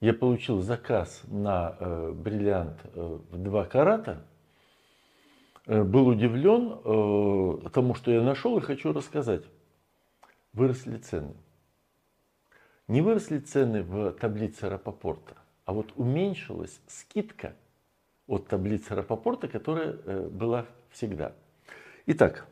я получил заказ на бриллиант в 2 карата, был удивлен тому, что я нашел, и хочу рассказать. Выросли цены. Не выросли цены в таблице Рапопорта, а вот уменьшилась скидка от таблицы Рапопорта, которая была всегда. Итак,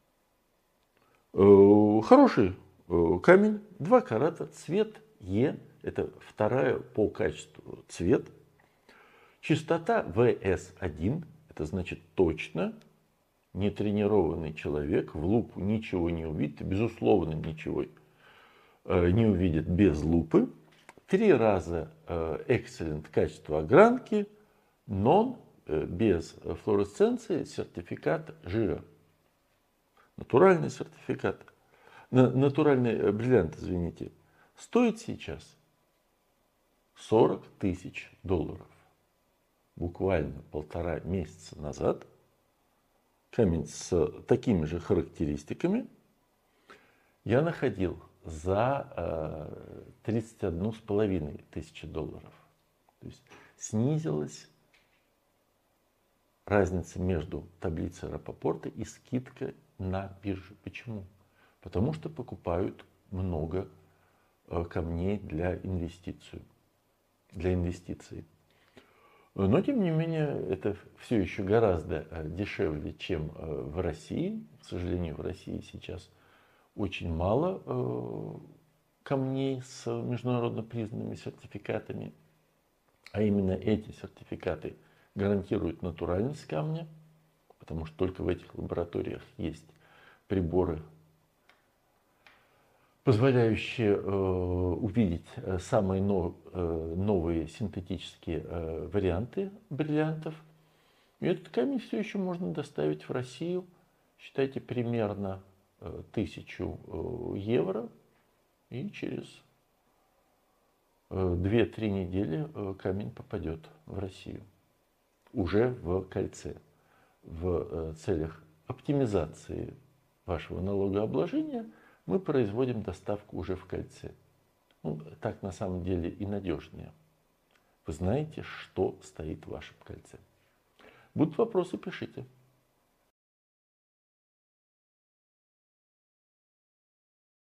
хороший камень, 2 карата, цвет Е, это вторая по качеству цвет. Частота ВС1, это значит точно, нетренированный человек в лупу ничего не увидит, безусловно ничего не увидит без лупы. 3 раза excellent качество огранки, non без флуоресценции, сертификат жира. Натуральный сертификат, натуральный бриллиант, извините, стоит сейчас $40 тысяч. Буквально 1,5 месяца назад камень с такими же характеристиками я находил за $31,5 тысячи. То есть снизилась разница между таблицей Рапопорта и скидкой на бирже. Почему? Потому что покупают много камней для инвестиций. Но, тем не менее, это все еще гораздо дешевле, чем в России. К сожалению, в России сейчас очень мало камней с международно признанными сертификатами. А именно эти сертификаты гарантируют натуральность камня, потому что только в этих лабораториях есть приборы, позволяющие увидеть самые новые синтетические варианты бриллиантов. И этот камень все еще можно доставить в Россию, считайте, примерно 1000 евро, и через 2-3 недели камень попадет в Россию. Уже в кольце. В целях оптимизации вашего налогообложения мы производим доставку уже в кольце. Так на самом деле и надежнее. Вы знаете, что стоит в вашем кольце. Будут вопросы, пишите.